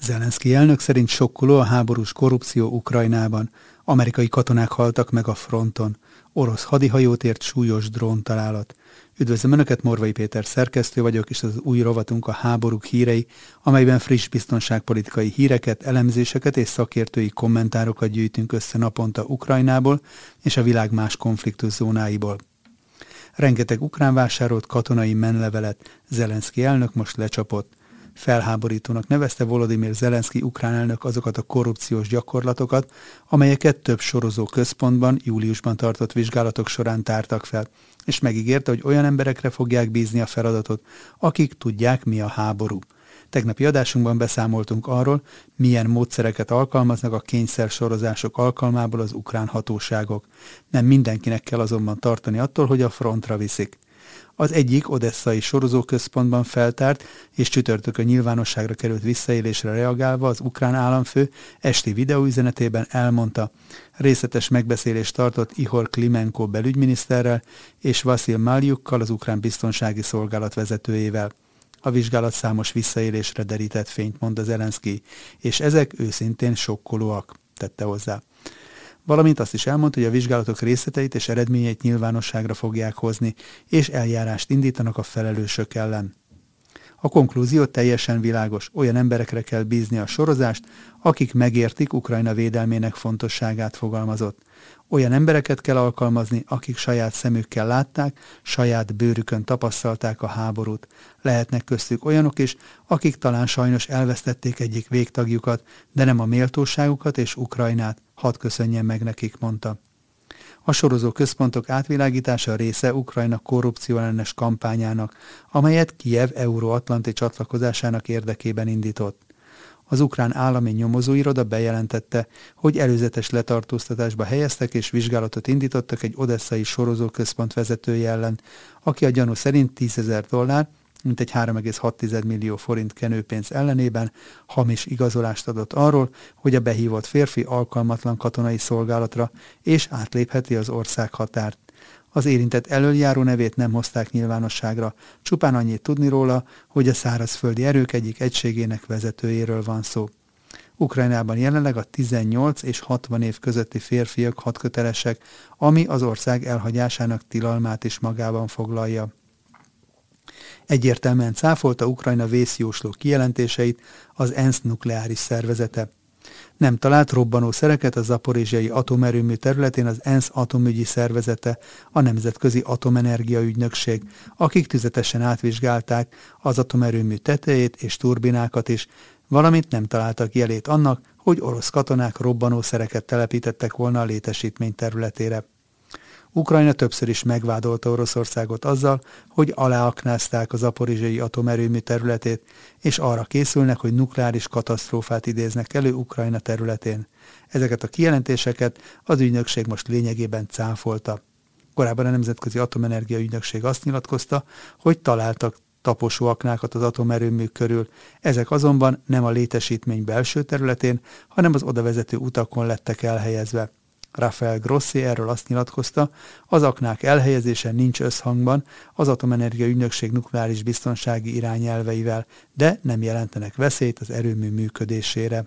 Zelenszkij elnök szerint sokkoló a háborús korrupció Ukrajnában. Amerikai katonák haltak meg a fronton. Orosz hadihajót ért súlyos dróntalálat. Üdvözlöm Önöket, Morvai Péter szerkesztő vagyok, és az új rovatunk a háborúk hírei, amelyben friss biztonságpolitikai híreket, elemzéseket és szakértői kommentárokat gyűjtünk össze naponta Ukrajnából és a világ más konfliktuszónáiból. Rengeteg ukrán vásárolt katonai menlevelet Zelenszkij elnök most lecsapott. Felháborítónak nevezte Volodymyr Zelenszkij ukrán elnök azokat a korrupciós gyakorlatokat, amelyeket több sorozó központban júliusban tartott vizsgálatok során tártak fel, és megígérte, hogy olyan emberekre fogják bízni a feladatot, akik tudják, mi a háború. Tegnapi adásunkban beszámoltunk arról, milyen módszereket alkalmaznak a kényszersorozások alkalmából az ukrán hatóságok. Nem mindenkinek kell azonban tartani attól, hogy a frontra viszik. Az egyik odesszai sorozóközpontban feltárt és csütörtökön nyilvánosságra került visszaélésre reagálva az ukrán államfő esti videóüzenetében elmondta, részletes megbeszélést tartott Ihor Klimenko belügyminiszterrel és Vasil Maljukkal, az ukrán biztonsági szolgálat vezetőjével. A vizsgálat számos visszaélésre derített fényt, mondta Zelenszkij, és ezek őszintén sokkolóak, tette hozzá. Valamint azt is elmondta, hogy a vizsgálatok részleteit és eredményeit nyilvánosságra fogják hozni, és eljárást indítanak a felelősök ellen. A konklúzió teljesen világos, olyan emberekre kell bízni a sorozást, akik megértik Ukrajna védelmének fontosságát, fogalmazott. Olyan embereket kell alkalmazni, akik saját szemükkel látták, saját bőrükön tapasztalták a háborút. Lehetnek köztük olyanok is, akik talán sajnos elvesztették egyik végtagjukat, de nem a méltóságukat és Ukrajnát. Hadd köszönjen meg nekik, mondta. A sorozó központok átvilágítása része Ukrajna korrupcióellenes kampányának, amelyet Kijev euróatlanti csatlakozásának érdekében indított. Az ukrán állami nyomozóiroda bejelentette, hogy előzetes letartóztatásba helyeztek és vizsgálatot indítottak egy odesszai sorozóközpont vezetője ellen, aki a gyanú szerint $10,000, mintegy 3,6 millió forint kenőpénz ellenében hamis igazolást adott arról, hogy a behívott férfi alkalmatlan katonai szolgálatra és átlépheti az ország határt. Az érintett elöljáró nevét nem hozták nyilvánosságra, csupán annyit tudni róla, hogy a szárazföldi erők egyik egységének vezetőjéről van szó. Ukrajnában jelenleg a 18 és 60 év közötti férfiak hadkötelesek, ami az ország elhagyásának tilalmát is magában foglalja. Egyértelműen cáfolta Ukrajna vészjósló kijelentéseit az ENSZ nukleáris szervezete. Nem talált robbanószereket a zaporizsiai atomerőmű területén az ENSZ atomügyi szervezete, a Nemzetközi Atomenergia Ügynökség, akik tüzetesen átvizsgálták az atomerőmű tetejét és turbinákat is, valamint nem találtak jelét annak, hogy orosz katonák robbanószereket telepítettek volna a létesítmény területére. Ukrajna többször is megvádolta Oroszországot azzal, hogy aláaknázták a zaporizsiai atomerőmű területét, és arra készülnek, hogy nukleáris katasztrófát idéznek elő Ukrajna területén. Ezeket a kijelentéseket az ügynökség most lényegében cáfolta. Korábban a Nemzetközi Atomenergia Ügynökség azt nyilatkozta, hogy találtak taposóaknákat az atomerőmű körül. Ezek azonban nem a létesítmény belső területén, hanem az odavezető utakon lettek elhelyezve. Rafael Grossi erről azt nyilatkozta, az aknák elhelyezése nincs összhangban az Atomenergia Ügynökség nukleáris biztonsági irányelveivel, de nem jelentenek veszélyt az erőmű működésére.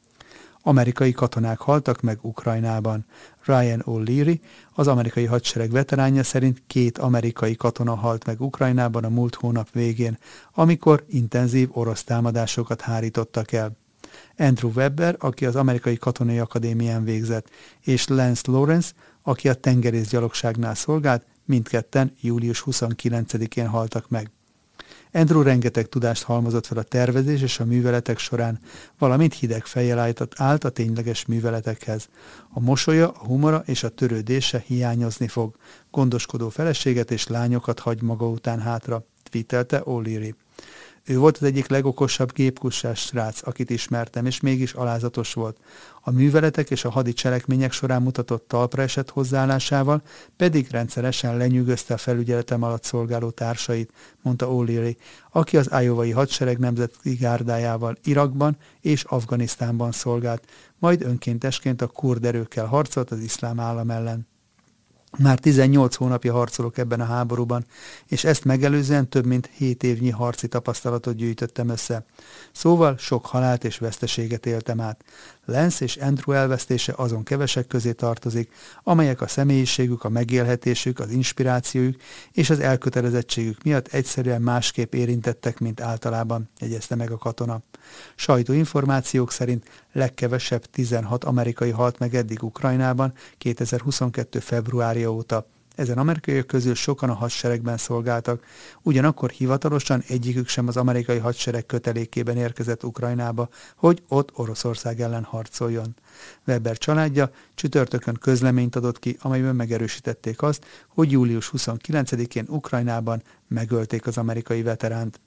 Amerikai katonák haltak meg Ukrajnában. Ryan O'Leary, az amerikai hadsereg veteránja szerint 2 amerikai katona halt meg Ukrajnában a múlt hónap végén, amikor intenzív orosz támadásokat hárítottak el. Andrew Webber, aki az Amerikai Katonai Akadémián végzett, és Lance Lawrence, aki a tengerészgyalogságnál szolgált, mindketten július 29-én haltak meg. Andrew rengeteg tudást halmozott fel a tervezés és a műveletek során, valamint hideg fejjel állt a tényleges műveletekhez. A mosolya, a humora és a törődése hiányozni fog. Gondoskodó feleséget és lányokat hagy maga után hátra, twittelte O'Leary. Ő volt az egyik legokosabb gépkussás srác, akit ismertem, és mégis alázatos volt. A műveletek és a hadi cselekmények során mutatott talpra esett hozzáállásával, pedig rendszeresen lenyűgözte a felügyeletem alatt szolgáló társait, mondta O'Leary, aki az iowai hadsereg nemzeti gárdájával Irakban és Afganisztánban szolgált, majd önkéntesként a kurd erőkkel harcolt az iszlám állam ellen. Már 18 hónapja harcolok ebben a háborúban, és ezt megelőzően több mint 7 évnyi harci tapasztalatot gyűjtöttem össze. Szóval sok halált és veszteséget éltem át. Lance és Andrew elvesztése azon kevesek közé tartozik, amelyek a személyiségük, a megélhetésük, az inspirációjuk és az elkötelezettségük miatt egyszerűen másképp érintettek, mint általában, jegyezte meg a katona. Sajtóinformációk szerint legkevesebb 16 amerikai halt meg eddig Ukrajnában 2022. februárja óta. Ezen amerikaiak közül sokan a hadseregben szolgáltak, ugyanakkor hivatalosan egyikük sem az amerikai hadsereg kötelékében érkezett Ukrajnába, hogy ott Oroszország ellen harcoljon. Weber családja csütörtökön közleményt adott ki, amelyben megerősítették azt, hogy július 29-én Ukrajnában megölték az amerikai veteránt.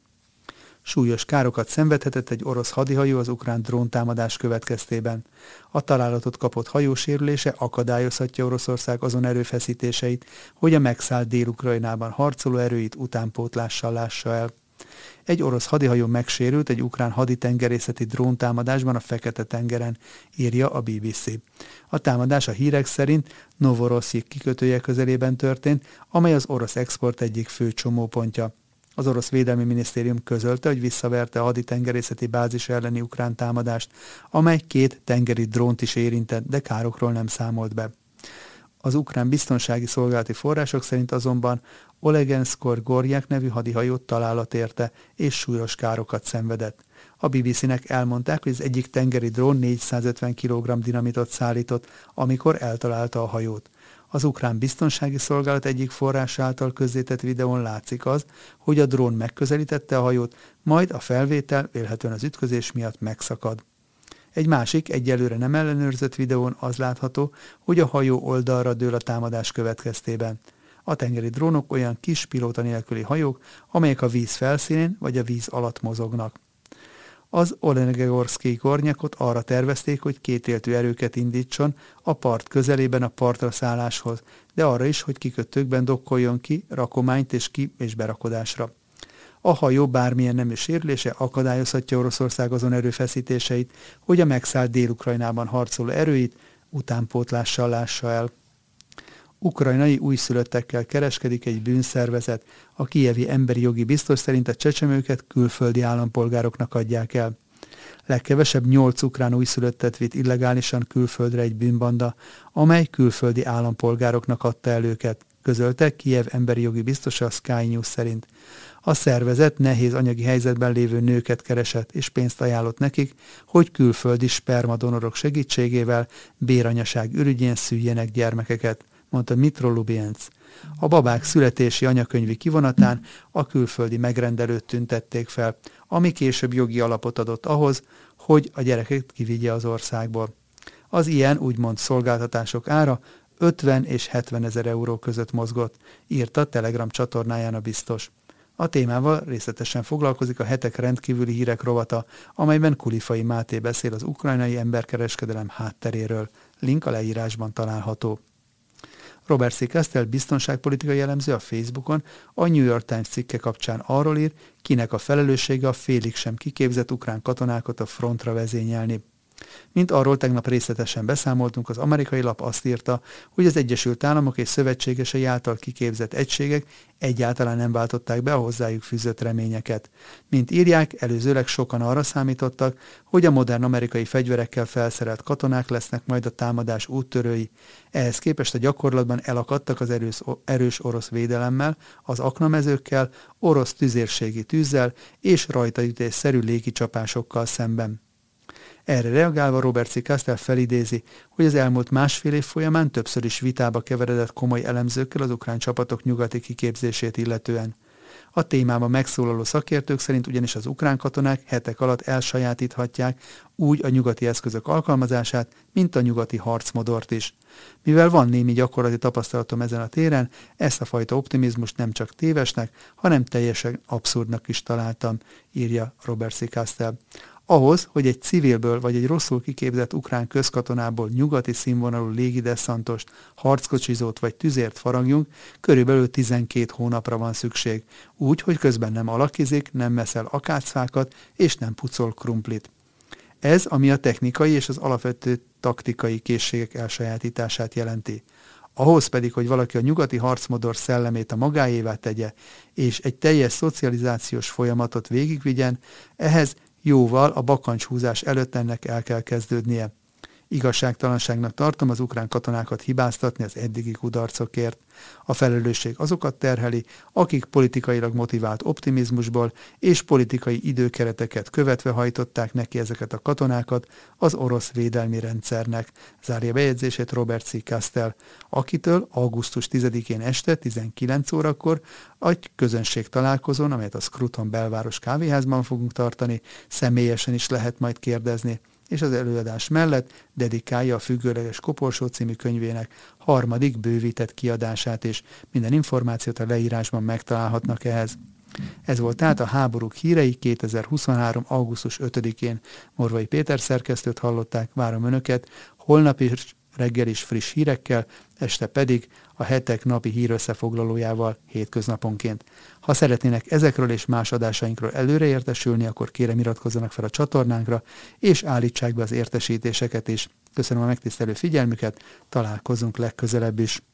Súlyos károkat szenvedhetett egy orosz hadihajó az ukrán dróntámadás következtében. A találatot kapott hajó sérülése akadályozhatja Oroszország azon erőfeszítéseit, hogy a megszállt Dél-Ukrajnában harcoló erőit utánpótlással lássa el. Egy orosz hadihajó megsérült egy ukrán haditengerészeti dróntámadásban a Fekete-tengeren, írja a BBC. A támadás a hírek szerint Novorossiysk kikötője közelében történt, amely az orosz export egyik fő csomópontja. Az orosz védelmi minisztérium közölte, hogy visszaverte a haditengerészeti bázis elleni ukrán támadást, amely 2 tengeri drónt is érintett, de károkról nem számolt be. Az ukrán biztonsági szolgálati források szerint azonban Olegenskor Gorjak nevű hadihajót találat érte, és súlyos károkat szenvedett. A BBC-nek elmondták, hogy az egyik tengeri drón 450 kg dinamitot szállított, amikor eltalálta a hajót. Az ukrán biztonsági szolgálat egyik forrás által közzétett videón látszik az, hogy a drón megközelítette a hajót, majd a felvétel vélhetően az ütközés miatt megszakad. Egy másik, egyelőre nem ellenőrzött videón az látható, hogy a hajó oldalra dől a támadás következtében. A tengeri drónok olyan kis pilóta nélküli hajók, amelyek a víz felszínén vagy a víz alatt mozognak. Az Olenegorszkij Gornyakot arra tervezték, hogy kétéltű erőket indítson a part közelében a partra szálláshoz, de arra is, hogy kikötőkben dokkoljon ki rakományt és berakodásra. A hajó bármilyen nemű sérülése akadályozhatja Oroszország azon erőfeszítéseit, hogy a megszállt Dél-Ukrajnában harcoló erőit utánpótlással lássa el. Ukrajnai újszülöttekkel kereskedik egy bűnszervezet. A kijevi emberi jogi biztos szerint a csecsemőket külföldi állampolgároknak adják el. Legkevesebb 8 ukrán újszülöttet vitt illegálisan külföldre egy bűnbanda, amely külföldi állampolgároknak adta el őket, közölte Kijev emberi jogi biztosa a Sky News szerint. A szervezet nehéz anyagi helyzetben lévő nőket keresett és pénzt ajánlott nekik, hogy külföldi spermadonorok segítségével béranyaság ürügyén szüljenek gyermekeket, mondta Mitro Lubienc. A babák születési anyakönyvi kivonatán a külföldi megrendelőt tüntették fel, ami később jogi alapot adott ahhoz, hogy a gyereket kivigye az országból. Az ilyen úgymond szolgáltatások ára 50 és 70 ezer euró között mozgott, írta Telegram csatornáján a biztos. A témával részletesen foglalkozik a Hetek rendkívüli hírek rovata, amelyben Kulifai Máté beszél az ukrajnai emberkereskedelem hátteréről. Link a leírásban található. Robert C. Castell biztonságpolitikai elemző a Facebookon a New York Times cikke kapcsán arról ír, kinek a felelőssége a félig sem kiképzett ukrán katonákat a frontra vezényelni. Mint arról tegnap részletesen beszámoltunk, az amerikai lap azt írta, hogy az Egyesült Államok és szövetségesei által kiképzett egységek egyáltalán nem váltották be a hozzájuk fűzött reményeket. Mint írják, előzőleg sokan arra számítottak, hogy a modern amerikai fegyverekkel felszerelt katonák lesznek majd a támadás úttörői. Ehhez képest a gyakorlatban elakadtak az erős orosz védelemmel, az aknamezőkkel, orosz tüzérségi tűzzel és rajtaütésszerű légicsapásokkal szemben. Erre reagálva Robert C. Castell felidézi, hogy az elmúlt másfél év folyamán többször is vitába keveredett komoly elemzőkkel az ukrán csapatok nyugati kiképzését illetően. A témában megszólaló szakértők szerint ugyanis az ukrán katonák hetek alatt elsajátíthatják úgy a nyugati eszközök alkalmazását, mint a nyugati harcmodort is. Mivel van némi gyakorlati tapasztalatom ezen a téren, ezt a fajta optimizmust nem csak tévesnek, hanem teljesen abszurdnak is találtam, írja Robert C. Castell. Ahhoz, hogy egy civilből vagy egy rosszul kiképzett ukrán közkatonából nyugati színvonalú légideszantost, harckocsizót vagy tüzért faragjunk, körülbelül 12 hónapra van szükség, úgy, hogy közben nem alakizik, nem meszel akácfákat és nem pucol krumplit. Ez, ami a technikai és az alapvető taktikai készségek elsajátítását jelenti. Ahhoz pedig, hogy valaki a nyugati harcmodor szellemét a magáévá tegye, és egy teljes szocializációs folyamatot végigvigyen, ehhez jóval a bakancshúzás előtt ennek el kell kezdődnie. Igazságtalanságnak tartom az ukrán katonákat hibáztatni az eddigi kudarcokért. A felelősség azokat terheli, akik politikailag motivált optimizmusból és politikai időkereteket követve hajtották neki ezeket a katonákat az orosz védelmi rendszernek, zárja bejegyzését Robert C. Castell, akitől augusztus 10-én este 19 órakor egy közönség találkozón, amelyet a Scruton belváros kávéházban fogunk tartani, személyesen is lehet majd kérdezni, és az előadás mellett dedikálja a Függőleges Koporsó című könyvének harmadik bővített kiadását, és minden információt a leírásban megtalálhatnak ehhez. Ez volt tehát a Háborúk hírei 2023. augusztus 5-én. Morvai Péter szerkesztőt hallották, várom Önöket holnap is reggel is friss hírekkel, este pedig a hetek napi hírösszefoglalójával hétköznaponként. Ha szeretnének ezekről és más adásainkról előre értesülni, akkor kérem iratkozzanak fel a csatornánkra, és állítsák be az értesítéseket is. Köszönöm a megtisztelő figyelmüket, találkozunk legközelebb is.